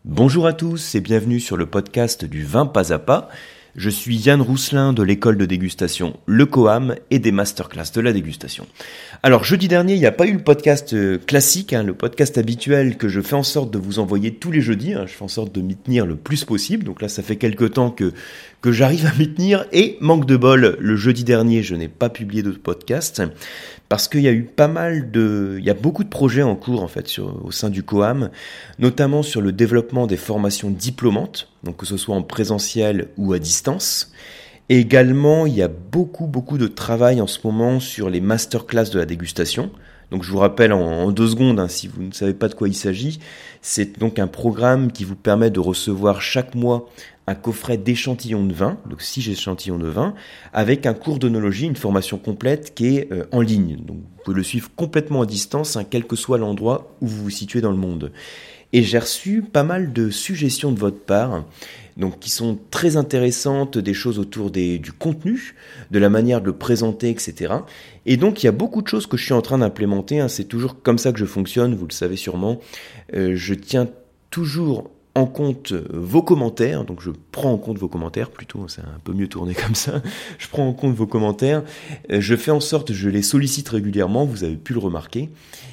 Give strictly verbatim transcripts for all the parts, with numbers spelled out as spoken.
Bonjour à tous et bienvenue sur le podcast du vin pas à pas. Je suis Yann Rousselin de l'école de dégustation Le Coam et des masterclass de la dégustation. Alors jeudi dernier, il n'y a pas eu le podcast euh, classique, hein, le podcast habituel que je fais en sorte de vous envoyer tous les jeudis. Hein, je fais en sorte de m'y tenir le plus possible. Donc là, ça fait quelques temps que, que j'arrive à m'y tenir. Et manque de bol, le jeudi dernier, je n'ai pas publié de podcast parce qu'il y a eu pas mal de... Il y a beaucoup de projets en cours en fait sur, au sein du Coam, notamment sur le développement des formations diplômantes, donc que ce soit en présentiel ou à distance. Et également, il y a beaucoup, beaucoup de travail en ce moment sur les masterclass de la dégustation. Donc je vous rappelle en, en deux secondes, hein, si vous ne savez pas de quoi il s'agit, c'est donc un programme qui vous permet de recevoir chaque mois un coffret d'échantillons de vin, donc six échantillons de vin, avec un cours d'œnologie, une formation complète qui est euh, en ligne. Donc vous pouvez le suivre complètement à distance, hein, quel que soit l'endroit où vous vous situez dans le monde. Et j'ai reçu pas mal de suggestions de votre part, donc qui sont très intéressantes, des choses autour des, du contenu, de la manière de le présenter, et cetera. Et donc il y a beaucoup de choses que je suis en train d'implémenter, hein, c'est toujours comme ça que je fonctionne, vous le savez sûrement. Euh, je tiens toujours en compte vos commentaires, donc je prends en compte vos commentaires, plutôt, c'est un peu mieux tourné comme ça, je prends en compte vos commentaires, je fais en sorte, je les sollicite régulièrement, vous avez pu le remarquer,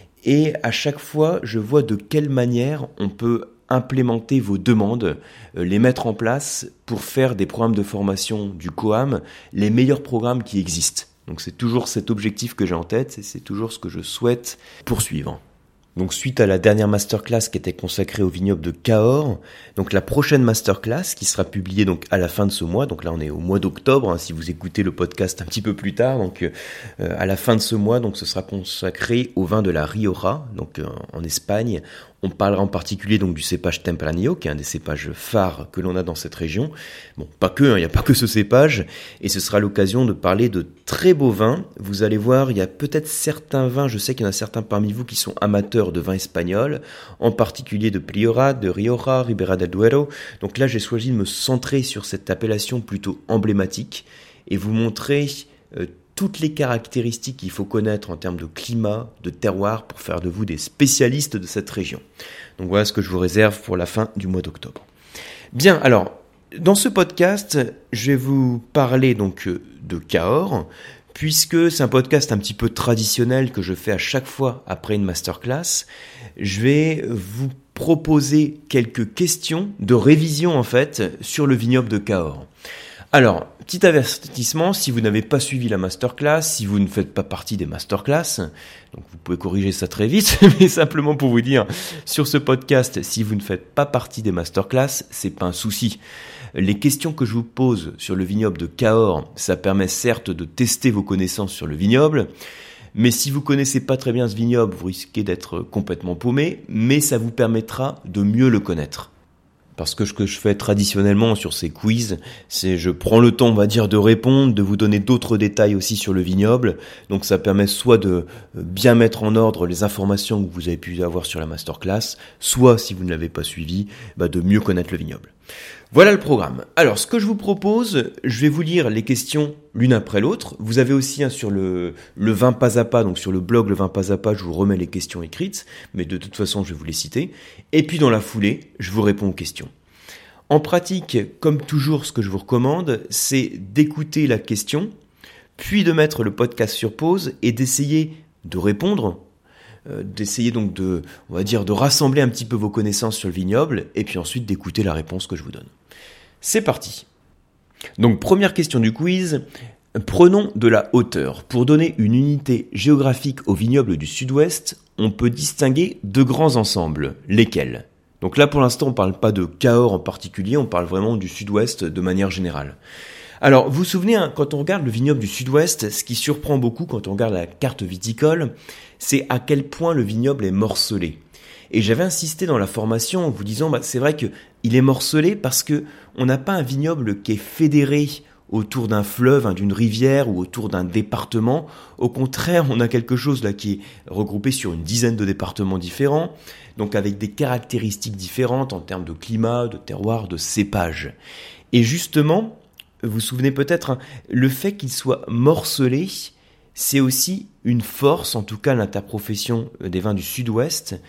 et à chaque fois, je vois de quelle manière on peut implémenter vos demandes, les mettre en place pour faire des programmes de formation du Coam, les meilleurs programmes qui existent. Donc c'est toujours cet objectif que j'ai en tête, et c'est toujours ce que je souhaite poursuivre. Donc suite à la dernière masterclass qui était consacrée au vignoble de Cahors, donc la prochaine masterclass qui sera publiée donc à la fin de ce mois, donc là on est au mois d'octobre, hein, si vous écoutez le podcast un petit peu plus tard, donc euh, à la fin de ce mois, donc ce sera consacré au vin de la Rioja, donc euh, en Espagne. On parlera en particulier donc du cépage Tempranillo, qui est un des cépages phares que l'on a dans cette région. Bon, pas que, hein, il n'y a pas que ce cépage, et ce sera l'occasion de parler de très beaux vins. Vous allez voir, il y a peut-être certains vins, je sais qu'il y en a certains parmi vous qui sont amateurs de vins espagnols, en particulier de Priorat, de Rioja, Ribera del Duero. Donc là, j'ai choisi de me centrer sur cette appellation plutôt emblématique et vous montrer euh, toutes les caractéristiques qu'il faut connaître en termes de climat, de terroir, pour faire de vous des spécialistes de cette région. Donc voilà ce que je vous réserve pour la fin du mois d'octobre. Bien, alors, dans ce podcast, je vais vous parler donc de Cahors, puisque c'est un podcast un petit peu traditionnel que je fais à chaque fois après une masterclass. Je vais vous proposer quelques questions de révision en fait sur le vignoble de Cahors. Alors, petit avertissement, si vous n'avez pas suivi la masterclass, si vous ne faites pas partie des masterclass, donc vous pouvez corriger ça très vite, mais simplement pour vous dire, sur ce podcast, si vous ne faites pas partie des masterclass, c'est pas un souci. Les questions que je vous pose sur le vignoble de Cahors, ça permet certes de tester vos connaissances sur le vignoble, mais si vous connaissez pas très bien ce vignoble, vous risquez d'être complètement paumé, mais ça vous permettra de mieux le connaître. Parce que ce que je fais traditionnellement sur ces quiz, c'est je prends le temps, on va dire, de répondre, de vous donner d'autres détails aussi sur le vignoble. Donc ça permet soit de bien mettre en ordre les informations que vous avez pu avoir sur la masterclass, soit, si vous ne l'avez pas suivi, bah de mieux connaître le vignoble. Voilà le programme. Alors, ce que je vous propose, je vais vous lire les questions l'une après l'autre. Vous avez aussi hein, sur le, le vin pas à pas, donc sur le blog Le Vin pas à pas, je vous remets les questions écrites, mais de toute façon, je vais vous les citer. Et puis, dans la foulée, je vous réponds aux questions. En pratique, comme toujours, ce que je vous recommande, c'est d'écouter la question, puis de mettre le podcast sur pause et d'essayer de répondre, euh, d'essayer donc de, on va dire, de rassembler un petit peu vos connaissances sur le vignoble, et puis ensuite d'écouter la réponse que je vous donne. C'est parti. Donc, première question du quiz. Prenons de la hauteur. Pour donner une unité géographique au vignoble du sud-ouest, on peut distinguer deux grands ensembles. Lesquels ? Donc là, pour l'instant, on ne parle pas de Cahors en particulier, on parle vraiment du sud-ouest de manière générale. Alors, vous vous souvenez, hein, quand on regarde le vignoble du sud-ouest, ce qui surprend beaucoup quand on regarde la carte viticole, c'est à quel point le vignoble est morcelé. Et j'avais insisté dans la formation en vous disant, bah, c'est vrai qu'il est morcelé parce que on n'a pas un vignoble qui est fédéré autour d'un fleuve, hein, d'une rivière ou autour d'un département. Au contraire, on a quelque chose là qui est regroupé sur une dizaine de départements différents, donc avec des caractéristiques différentes en termes de climat, de terroir, de cépage. Et justement, vous vous souvenez peut-être, hein, le fait qu'il soit morcelé, c'est aussi une force, en tout cas l'interprofession des vins du sud-ouest,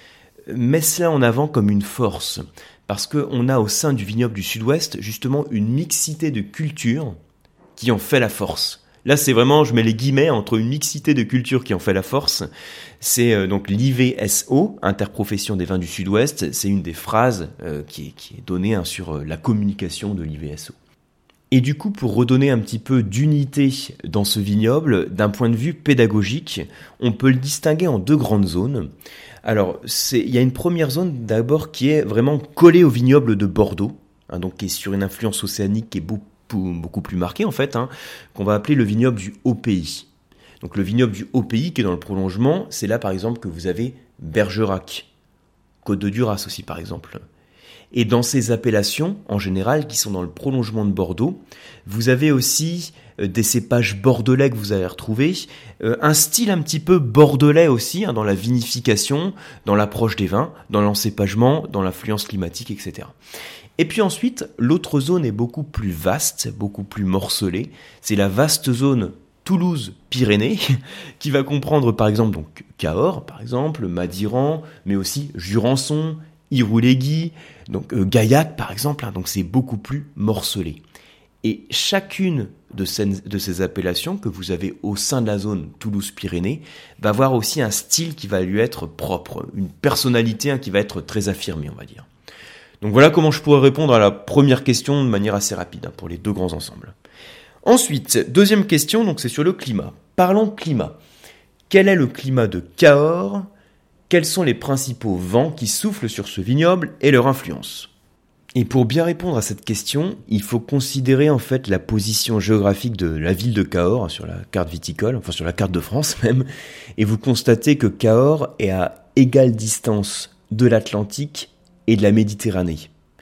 met cela en avant comme une force, parce qu'on a au sein du vignoble du Sud-Ouest justement une mixité de cultures qui en fait la force. Là, c'est vraiment, je mets les guillemets entre une mixité de cultures qui en fait la force. C'est euh, donc l'I V S O, Interprofession des vins du Sud-Ouest. C'est une des phrases euh, qui, est, qui est donnée hein, sur euh, la communication de l'I V S O. Et du coup, pour redonner un petit peu d'unité dans ce vignoble, d'un point de vue pédagogique, on peut le distinguer en deux grandes zones. Alors, c'est, il y a une première zone d'abord qui est vraiment collée au vignoble de Bordeaux, hein, donc qui est sur une influence océanique qui est beaucoup beaucoup plus marqué en fait, hein, qu'on va appeler le vignoble du Haut-Pays. Donc le vignoble du Haut-Pays qui est dans le prolongement, c'est là par exemple que vous avez Bergerac, Côte de Duras aussi par exemple. Et dans ces appellations, en général, qui sont dans le prolongement de Bordeaux, vous avez aussi euh, des cépages bordelais que vous allez retrouver, euh, un style un petit peu bordelais aussi, hein, dans la vinification, dans l'approche des vins, dans l'encépagement, dans l'influence climatique, et cetera. Et puis ensuite, l'autre zone est beaucoup plus vaste, beaucoup plus morcelée. C'est la vaste zone Toulouse-Pyrénées, qui va comprendre par exemple donc Cahors, par exemple, Madiran, mais aussi Jurançon, Irouléguy, donc euh, Gaillac par exemple, hein, donc c'est beaucoup plus morcelé. Et chacune de ces, de ces appellations que vous avez au sein de la zone Toulouse-Pyrénées va avoir aussi un style qui va lui être propre, une personnalité hein, qui va être très affirmée, on va dire. Donc voilà comment je pourrais répondre à la première question de manière assez rapide hein, pour les deux grands ensembles. Ensuite, deuxième question, donc c'est sur le climat. Parlons climat. Quel est le climat de Cahors ? Quels sont les principaux vents qui soufflent sur ce vignoble et leur influence ? Et pour bien répondre à cette question, il faut considérer en fait la position géographique de la ville de Cahors sur la carte viticole, enfin sur la carte de France même, et vous constatez que Cahors est à égale distance de l'Atlantique et de la Méditerranée.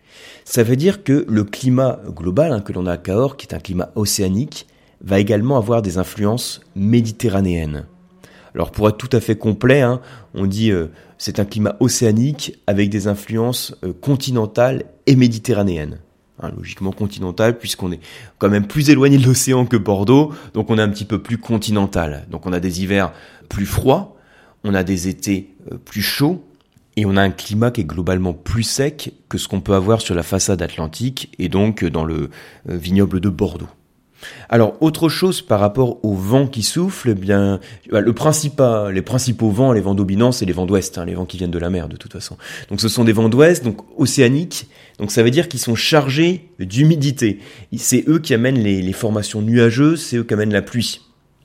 Ça veut dire que le climat global hein, que l'on a à Cahors, qui est un climat océanique, va également avoir des influences méditerranéennes. Alors pour être tout à fait complet, hein, on dit euh, c'est un climat océanique avec des influences euh, continentales et méditerranéennes. Hein, logiquement continentales puisqu'on est quand même plus éloigné de l'océan que Bordeaux, donc on est un petit peu plus continental. Donc on a des hivers plus froids, on a des étés euh, plus chauds, et on a un climat qui est globalement plus sec que ce qu'on peut avoir sur la façade atlantique et donc dans le vignoble de Bordeaux. Alors, autre chose par rapport aux vents qui soufflent, eh bien, le principal, les principaux vents, les vents dominants, c'est les vents d'ouest, hein, les vents qui viennent de la mer de toute façon. Donc ce sont des vents d'ouest, donc océaniques, donc ça veut dire qu'ils sont chargés d'humidité. C'est eux qui amènent les, les formations nuageuses, c'est eux qui amènent la pluie.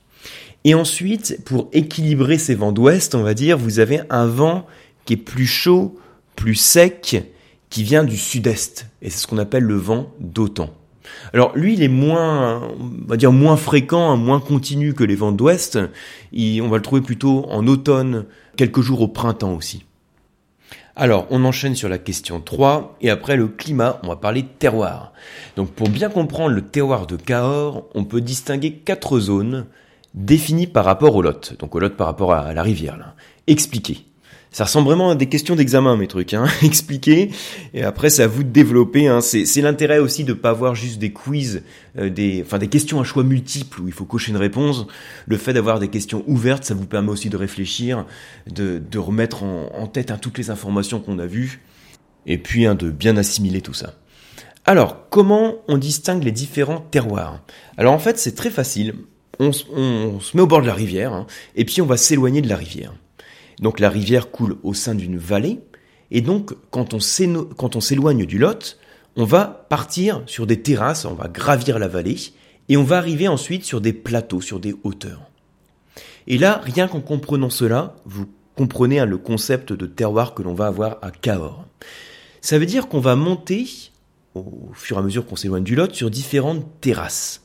Et ensuite, pour équilibrer ces vents d'ouest, on va dire, vous avez un vent qui est plus chaud, plus sec, qui vient du sud-est. Et c'est ce qu'on appelle le vent d'OTAN. Alors lui, il est moins, on va dire moins fréquent, moins continu que les vents d'ouest. Il, on va le trouver plutôt en automne, quelques jours au printemps aussi. Alors, on enchaîne sur la question trois, et après le climat, on va parler de terroir. Donc pour bien comprendre le terroir de Cahors, on peut distinguer quatre zones définies par rapport au Lot. Donc au Lot par rapport à la rivière, là. Expliquer. Ça ressemble vraiment à des questions d'examen, mes trucs, hein. Expliquer, et après c'est à vous de développer, hein. C'est, c'est l'intérêt aussi de pas avoir juste des quiz, euh, des, enfin des questions à choix multiples où il faut cocher une réponse. Le fait d'avoir des questions ouvertes, ça vous permet aussi de réfléchir, de, de remettre en, en tête hein, toutes les informations qu'on a vues, et puis hein, de bien assimiler tout ça. Alors, comment on distingue les différents terroirs ? Alors en fait, c'est très facile. On, on, on se met au bord de la rivière, hein, et puis on va s'éloigner de la rivière. Donc la rivière coule au sein d'une vallée, et donc quand on, quand on s'éloigne du Lot, on va partir sur des terrasses, on va gravir la vallée, et on va arriver ensuite sur des plateaux, sur des hauteurs. Et là, rien qu'en comprenant cela, vous comprenez hein, le concept de terroir que l'on va avoir à Cahors. Ça veut dire qu'on va monter, au fur et à mesure qu'on s'éloigne du Lot, sur différentes terrasses.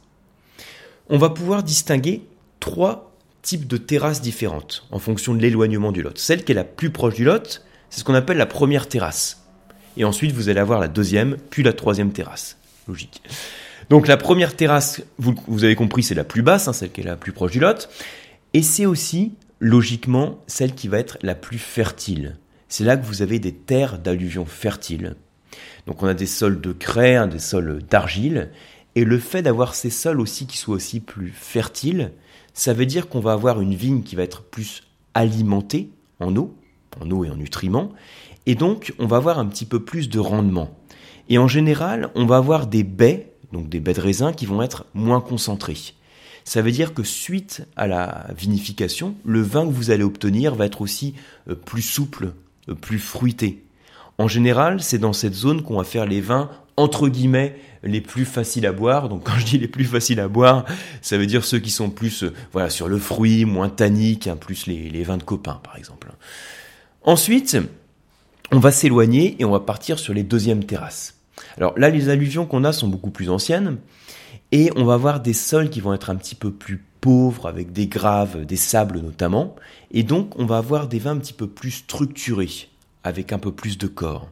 On va pouvoir distinguer trois types de terrasses différentes en fonction de l'éloignement du Lot. Celle qui est la plus proche du Lot, c'est ce qu'on appelle la première terrasse. Et ensuite, vous allez avoir la deuxième, puis la troisième terrasse. Logique. Donc la première terrasse, vous, vous avez compris, c'est la plus basse, hein, celle qui est la plus proche du Lot. Et c'est aussi, logiquement, celle qui va être la plus fertile. C'est là que vous avez des terres d'alluvions fertiles. Donc on a des sols de craie, hein, des sols d'argile. Et le fait d'avoir ces sols aussi qui soient aussi plus fertiles, ça veut dire qu'on va avoir une vigne qui va être plus alimentée en eau, en eau et en nutriments, et donc on va avoir un petit peu plus de rendement. Et en général, on va avoir des baies, donc des baies de raisin qui vont être moins concentrées. Ça veut dire que suite à la vinification, le vin que vous allez obtenir va être aussi plus souple, plus fruité. En général, c'est dans cette zone qu'on va faire les vins entre guillemets les plus faciles à boire. Donc quand je dis les plus faciles à boire, ça veut dire ceux qui sont plus euh, voilà sur le fruit, moins tanniques, hein, plus les, les vins de copains par exemple. Ensuite, on va s'éloigner et on va partir sur les deuxièmes terrasses. Alors là, les alluvions qu'on a sont beaucoup plus anciennes. Et on va avoir des sols qui vont être un petit peu plus pauvres, avec des graves, des sables notamment. Et donc, on va avoir des vins un petit peu plus structurés, avec un peu plus de corps.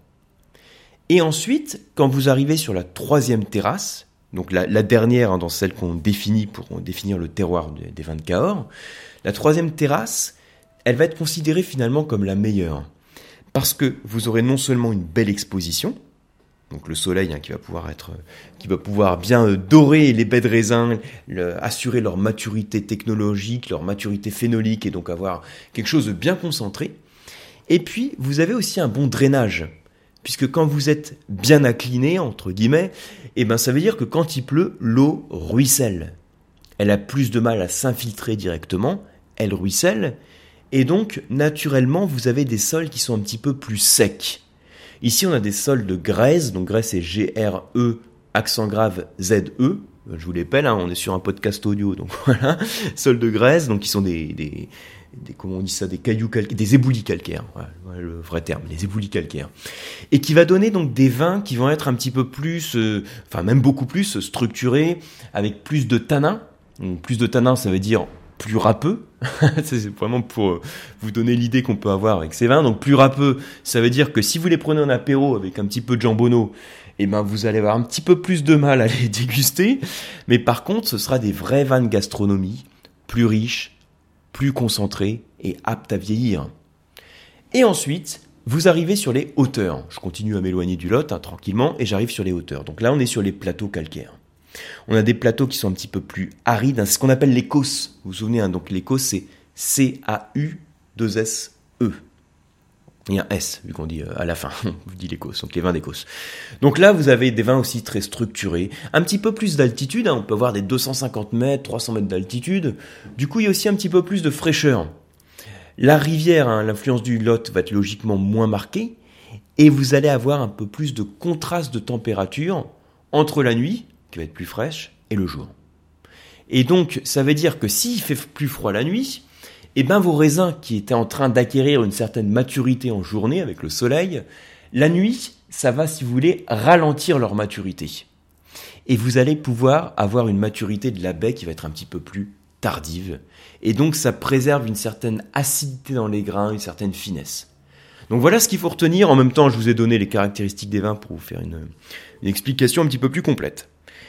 Et ensuite, quand vous arrivez sur la troisième terrasse, donc la, la dernière hein, dans celle qu'on définit pour définir le terroir de, des vins de Cahors, la troisième terrasse, elle va être considérée finalement comme la meilleure. Parce que vous aurez non seulement une belle exposition, donc le soleil hein, qui va pouvoir être, qui va pouvoir bien euh, dorer les baies de raisin, le, assurer leur maturité technologique, leur maturité phénolique et donc avoir quelque chose de bien concentré. Et puis vous avez aussi un bon drainage, puisque quand vous êtes bien incliné entre guillemets, et ben ça veut dire que quand il pleut, l'eau ruisselle. Elle a plus de mal à s'infiltrer directement, elle ruisselle, et donc naturellement vous avez des sols qui sont un petit peu plus secs. Ici, on a des sols de grès, donc grès c'est G R E, accent grave Z E, je vous l'appelle, hein, on est sur un podcast audio, donc voilà, sols de grès, donc qui sont des, des, des comment on dit ça, des cailloux calcaires, des éboulis calcaires, voilà, voilà le vrai terme, des éboulis calcaires, et qui va donner donc des vins qui vont être un petit peu plus, euh, enfin même beaucoup plus structurés, avec plus de tanins. Donc, plus de tanins, ça veut dire plus râpeux, c'est vraiment pour vous donner l'idée qu'on peut avoir avec ces vins. Donc plus râpeux, ça veut dire que si vous les prenez en apéro avec un petit peu de jambonneau, eh ben vous allez avoir un petit peu plus de mal à les déguster. Mais par contre, ce sera des vrais vins de gastronomie, plus riches, plus concentrés et aptes à vieillir. Et ensuite, vous arrivez sur les hauteurs. Je continue à m'éloigner du Lot hein, tranquillement et j'arrive sur les hauteurs. Donc là, on est sur les plateaux calcaires. On a des plateaux qui sont un petit peu plus arides, hein, c'est ce qu'on appelle les causses. Vous vous souvenez, hein, donc les causses, c'est C A U deux S E. Il y a un S, vu qu'on dit euh, à la fin, on vous dit les causses, donc les vins des causses. Donc là, vous avez des vins aussi très structurés, un petit peu plus d'altitude, hein, on peut avoir des deux cent cinquante mètres, trois cents mètres d'altitude. Du coup, il y a aussi un petit peu plus de fraîcheur. La rivière, hein, l'influence du Lot va être logiquement moins marquée, et vous allez avoir un peu plus de contraste de température entre la nuit, qui va être plus fraîche, et le jour. Et donc, ça veut dire que s'il fait plus froid la nuit, eh ben vos raisins qui étaient en train d'acquérir une certaine maturité en journée avec le soleil, la nuit, ça va, si vous voulez, ralentir leur maturité. Et vous allez pouvoir avoir une maturité de la baie qui va être un petit peu plus tardive. Et donc, ça préserve une certaine acidité dans les grains, une certaine finesse. Donc voilà ce qu'il faut retenir. En même temps, je vous ai donné les caractéristiques des vins pour vous faire une, une explication un petit peu plus complète.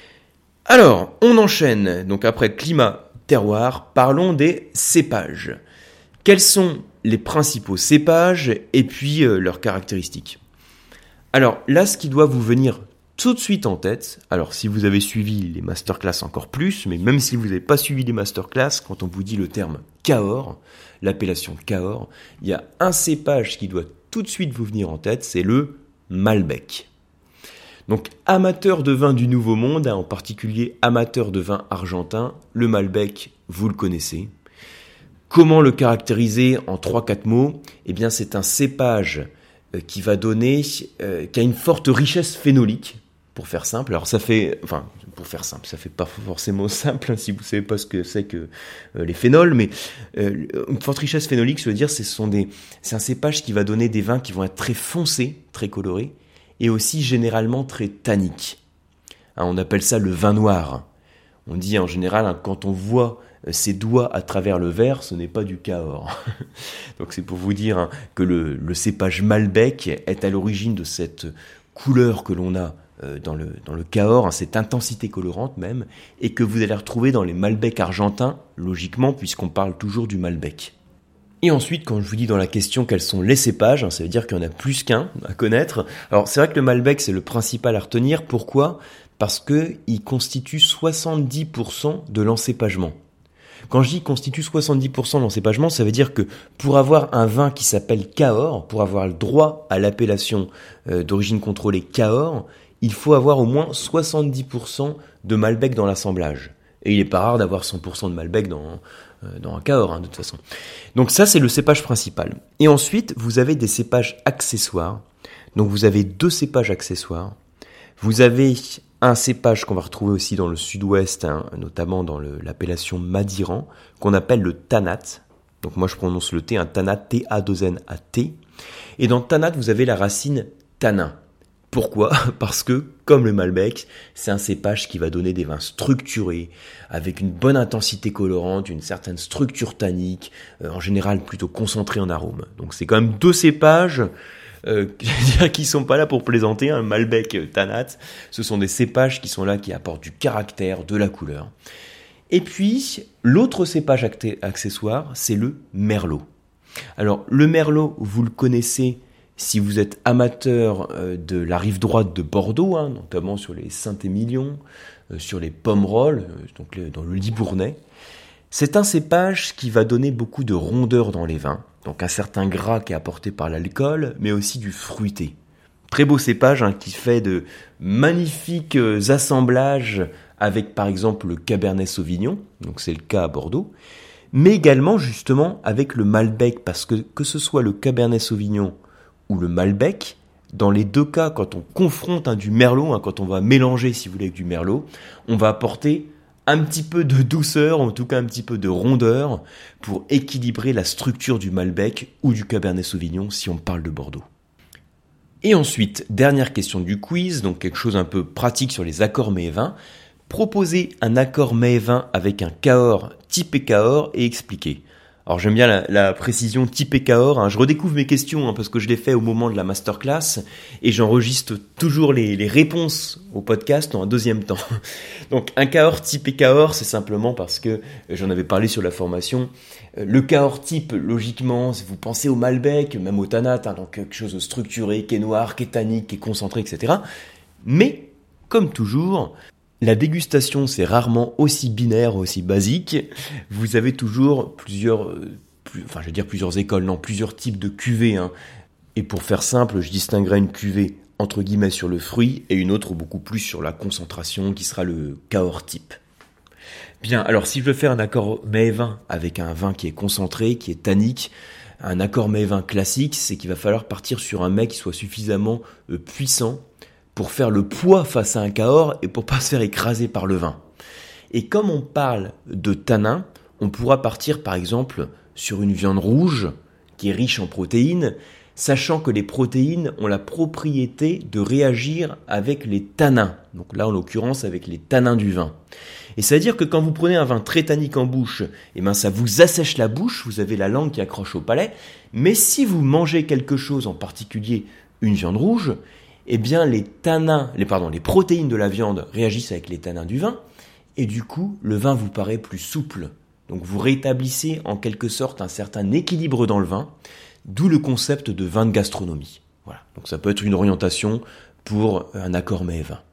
Alors, on enchaîne, donc après climat, terroir, parlons des cépages. Quels sont les principaux cépages et puis euh, leurs caractéristiques ? Alors là, ce qui doit vous venir tout de suite en tête, alors si vous avez suivi les masterclass encore plus, mais même si vous n'avez pas suivi les masterclass, quand on vous dit le terme Cahors, l'appellation Cahors, il y a un cépage qui doit tout de suite vous venir en tête, c'est le Malbec. Donc, amateur de vin du Nouveau Monde, en particulier amateur de vin argentin, le Malbec, vous le connaissez. Comment le caractériser en trois quatre mots ? Eh bien, c'est un cépage qui va donner, euh, qui a une forte richesse phénolique, pour faire simple. Alors, ça fait, enfin, pour faire simple, ça fait pas forcément simple hein, si vous savez pas ce que c'est que euh, les phénols, mais euh, une forte richesse phénolique, je veux dire, ce sont des, c'est un cépage qui va donner des vins qui vont être très foncés, très colorés, et aussi généralement très tannique. Hein, on appelle ça le vin noir. On dit en général, hein, quand on voit ses doigts à travers le verre, ce n'est pas du Cahors. Donc c'est pour vous dire hein, que le, le cépage Malbec est à l'origine de cette couleur que l'on a euh, dans le, dans le Cahors, hein, cette intensité colorante même, et que vous allez retrouver dans les Malbecs argentins, logiquement, puisqu'on parle toujours du Malbec. Et ensuite, quand je vous dis dans la question quels sont les cépages, hein, ça veut dire qu'il y en a plus qu'un à connaître. Alors c'est vrai que le Malbec, c'est le principal à retenir. Pourquoi ? Parce qu'il constitue soixante-dix pour cent de l'encépagement. Quand je dis constitue soixante-dix pour cent d'encépagement, ça veut dire que pour avoir un vin qui s'appelle Cahors, pour avoir le droit à l'appellation euh, d'origine contrôlée Cahors, il faut avoir au moins soixante-dix pour cent de Malbec dans l'assemblage. Et il n'est pas rare d'avoir cent pour cent de Malbec dans, euh, dans un Cahors, hein, de toute façon. Donc ça, c'est le cépage principal. Et ensuite, vous avez des cépages accessoires. Donc vous avez deux cépages accessoires. Vous avez un cépage qu'on va retrouver aussi dans le sud-ouest, hein, notamment dans le, l'appellation Madiran, qu'on appelle le Tanat. Donc moi je prononce le T, un Tanat, T A deux N A T. Et dans Tanat, vous avez la racine tanin. Pourquoi ? Parce que, comme le Malbec, c'est un cépage qui va donner des vins structurés, avec une bonne intensité colorante, une certaine structure tannique, euh, en général plutôt concentrée en arômes. Donc c'est quand même deux cépages euh, qui sont pas là pour plaisanter, un hein, Malbec, euh, Tanat. Ce sont des cépages qui sont là, qui apportent du caractère, de la couleur. Et puis, l'autre cépage acté- accessoire, c'est le Merlot. Alors, le Merlot, vous le connaissez si vous êtes amateur euh, de la rive droite de Bordeaux, hein, notamment sur les Saint-Émilion, euh, sur les Pomerol, euh, donc le, dans le Libournais. C'est un cépage qui va donner beaucoup de rondeur dans les vins, donc un certain gras qui est apporté par l'alcool, mais aussi du fruité. Très beau cépage hein, qui fait de magnifiques assemblages avec par exemple le Cabernet Sauvignon, donc c'est le cas à Bordeaux, mais également justement avec le Malbec, parce que que ce soit le Cabernet Sauvignon ou le Malbec, dans les deux cas, quand on confronte hein, du Merlot, hein, quand on va mélanger, si vous voulez, avec du Merlot, on va apporter un petit peu de douceur, en tout cas un petit peu de rondeur, pour équilibrer la structure du Malbec ou du Cabernet Sauvignon, si on parle de Bordeaux. Et ensuite, dernière question du quiz, donc quelque chose un peu pratique sur les accords mets et vins. Proposer un accord mets et vin avec un Cahors typé Cahors et expliquer. Alors j'aime bien la, la précision typé Cahors, hein. Je redécouvre mes questions hein, parce que je les fais au moment de la masterclass et j'enregistre toujours les, les réponses au podcast en un deuxième temps. Donc un Cahors typé Cahors, c'est simplement parce que j'en avais parlé sur la formation. Le Cahors type, logiquement, si vous pensez au Malbec, même au Tanat, hein, donc quelque chose de structuré, qui est noir, qui est tannique, qui est concentré, et cetera. Mais, comme toujours, la dégustation, c'est rarement aussi binaire, aussi basique. Vous avez toujours plusieurs, euh, plus, enfin, je veux dire plusieurs écoles, non, plusieurs types de cuvées. Hein. Et pour faire simple, je distinguerai une cuvée entre guillemets sur le fruit et une autre beaucoup plus sur la concentration, qui sera le Cahors type. Bien, alors si je veux faire un accord mets et vin avec un vin qui est concentré, qui est tannique, un accord mets et vin classique, c'est qu'il va falloir partir sur un mets qui soit suffisamment euh, puissant pour faire le poids face à un Cahors et pour pas se faire écraser par le vin. Et comme on parle de tanin, on pourra partir par exemple sur une viande rouge qui est riche en protéines, sachant que les protéines ont la propriété de réagir avec les tanins. Donc là, en l'occurrence, avec les tanins du vin. Et ça veut dire que quand vous prenez un vin très tannique en bouche, eh ben ça vous assèche la bouche, vous avez la langue qui accroche au palais. Mais si vous mangez quelque chose, en particulier une viande rouge, eh bien les tanins, les, pardon, les protéines de la viande réagissent avec les tanins du vin, et du coup, le vin vous paraît plus souple. Donc vous rétablissez en quelque sorte un certain équilibre dans le vin, d'où le concept de vin de gastronomie. Voilà. Donc ça peut être une orientation pour un accord mets et vin.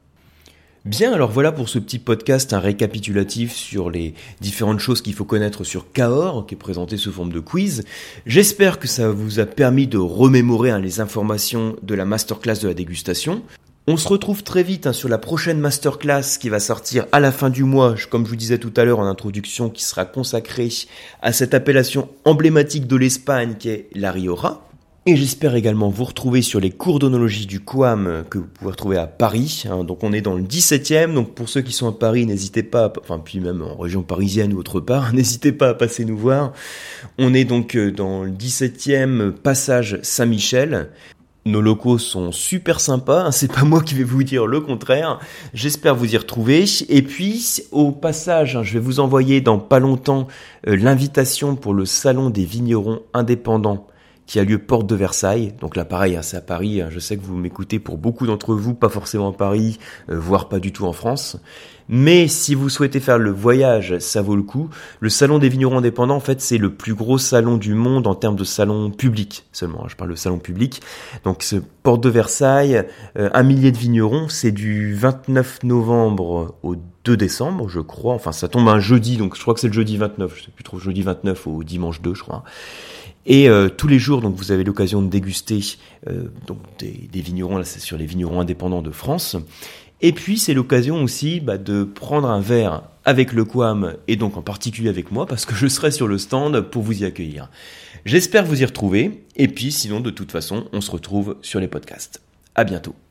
Bien, alors voilà pour ce petit podcast, un récapitulatif sur les différentes choses qu'il faut connaître sur Cahors, qui est présenté sous forme de quiz. J'espère que ça vous a permis de remémorer hein, les informations de la masterclass de la dégustation. On se retrouve très vite hein, sur la prochaine masterclass qui va sortir à la fin du mois, comme je vous disais tout à l'heure en introduction, qui sera consacrée à cette appellation emblématique de l'Espagne qui est la Rioja. Et j'espère également vous retrouver sur les cours d'onologie du Coam que vous pouvez retrouver à Paris. Hein, donc on est dans le dix-septième, donc pour ceux qui sont à Paris, n'hésitez pas, à, enfin puis même en région parisienne ou autre part, n'hésitez pas à passer nous voir. On est donc dans le dix-septième passage Saint-Michel. Nos locaux sont super sympas, hein, c'est pas moi qui vais vous dire le contraire. J'espère vous y retrouver. Et puis au passage, hein, je vais vous envoyer dans pas longtemps euh, l'invitation pour le salon des vignerons indépendants, qui a lieu porte de Versailles. Donc là, pareil, hein, c'est à Paris. Hein, je sais que vous m'écoutez pour beaucoup d'entre vous, pas forcément à Paris, euh, voire pas du tout en France. Mais si vous souhaitez faire le voyage, ça vaut le coup. Le salon des vignerons indépendants, en fait, c'est le plus gros salon du monde en termes de salon public seulement. Je parle de salon public. Donc, ce porte de Versailles, euh, un millier de vignerons, c'est du vingt-neuf novembre au deux décembre, je crois. Enfin, ça tombe un jeudi, donc je crois que c'est le jeudi vingt-neuf. Je sais plus trop, jeudi vingt-neuf au dimanche deux, je crois. Et euh, tous les jours, donc vous avez l'occasion de déguster euh, donc des, des vignerons. Là, c'est sur les vignerons indépendants de France. Et puis, c'est l'occasion aussi bah, de prendre un verre avec le Coam, et donc en particulier avec moi, parce que je serai sur le stand pour vous y accueillir. J'espère vous y retrouver, et puis sinon, de toute façon, on se retrouve sur les podcasts. À bientôt.